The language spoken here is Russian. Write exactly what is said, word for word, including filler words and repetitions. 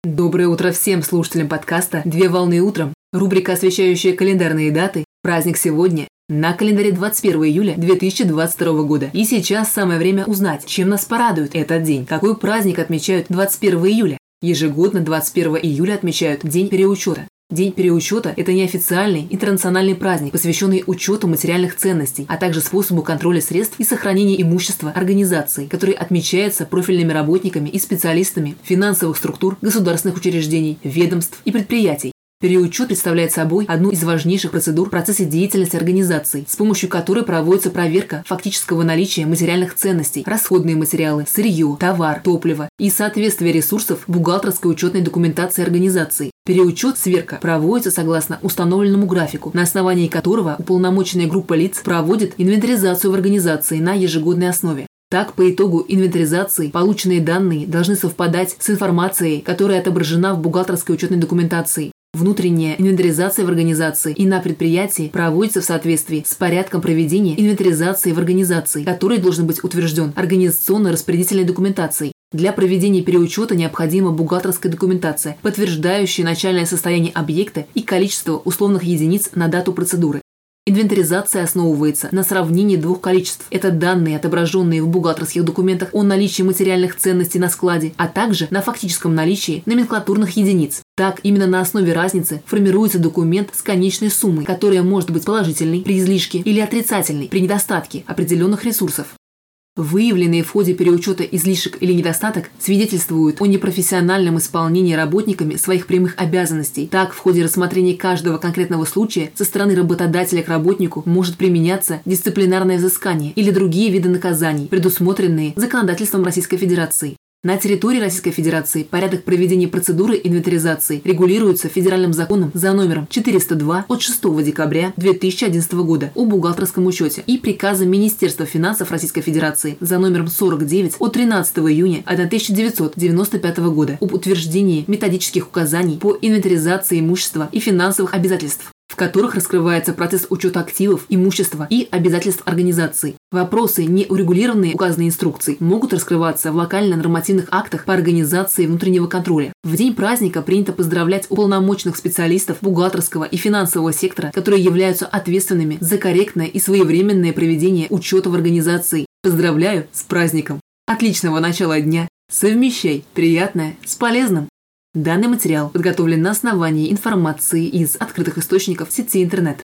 Доброе утро всем слушателям подкаста «Две волны утром». Рубрика, освещающая календарные даты. Праздник сегодня. На календаре двадцать первое июля две тысячи двадцать второго года. И сейчас самое время узнать, чем нас порадует этот день. Какой праздник отмечают двадцать первого июля? Ежегодно двадцать первого июля отмечают День переучета. День переучета – это неофициальный интернациональный праздник, посвященный учету материальных ценностей, а также способу контроля средств и сохранения имущества организаций, который отмечается профильными работниками и специалистами финансовых структур, государственных учреждений, ведомств и предприятий. Переучет представляет собой одну из важнейших процедур в процессе деятельности организаций, с помощью которой проводится проверка фактического наличия материальных ценностей, расходные материалы, сырье, товар, топливо и соответствие ресурсов бухгалтерской учетной документации организации. Переучет сверка проводится согласно установленному графику, на основании которого уполномоченная группа лиц проводит инвентаризацию в организации на ежегодной основе. Так, по итогу инвентаризации полученные данные должны совпадать с информацией, которая отображена в бухгалтерской учетной документации. Внутренняя инвентаризация в организации и на предприятии проводится в соответствии с порядком проведения инвентаризации в организации, который должен быть утвержден организационно-распорядительной документацией. Для проведения переучета необходима бухгалтерская документация, подтверждающая начальное состояние объекта и количество условных единиц на дату процедуры. Инвентаризация основывается на сравнении двух количеств. Это данные, отображенные в бухгалтерских документах о наличии материальных ценностей на складе, а также на фактическом наличии номенклатурных единиц. Так, именно на основе разницы формируется документ с конечной суммой, которая может быть положительной при излишке или отрицательной при недостатке определенных ресурсов. Выявленные в ходе переучета излишек или недостаток свидетельствуют о непрофессиональном исполнении работниками своих прямых обязанностей. Так, в ходе рассмотрения каждого конкретного случая со стороны работодателя к работнику может применяться дисциплинарное взыскание или другие виды наказаний, предусмотренные законодательством Российской Федерации. На территории Российской Федерации порядок проведения процедуры инвентаризации регулируется федеральным законом за номером четыреста два от шестого декабря две тысячи одиннадцатого года о бухгалтерском учете и приказом Министерства финансов Российской Федерации за номером сорок девять от тринадцатого июня тысяча девятьсот девяносто пятого года об утверждении методических указаний по инвентаризации имущества и финансовых обязательств, в которых раскрывается процесс учета активов, имущества и обязательств организации. Вопросы, не урегулированные указанной инструкцией, могут раскрываться в локально-нормативных актах по организации внутреннего контроля. В день праздника принято поздравлять уполномоченных специалистов бухгалтерского и финансового сектора, которые являются ответственными за корректное и своевременное проведение учета в организации. Поздравляю с праздником! Отличного начала дня! Совмещай приятное с полезным! Данный материал подготовлен на основании информации из открытых источников сети интернет.